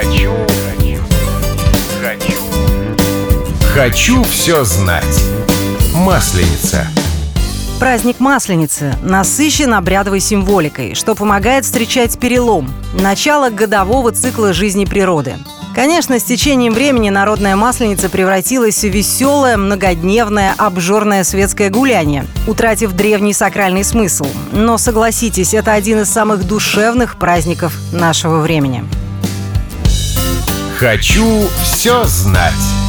Хочу все знать. Масленица. Праздник Масленицы насыщен обрядовой символикой, что помогает встречать перелом – начало годового цикла жизни природы. Конечно, с течением времени народная Масленица превратилась в веселое, многодневное, обжорное светское гуляние, утратив древний сакральный смысл. Но согласитесь, это один из самых душевных праздников нашего времени. Хочу все знать.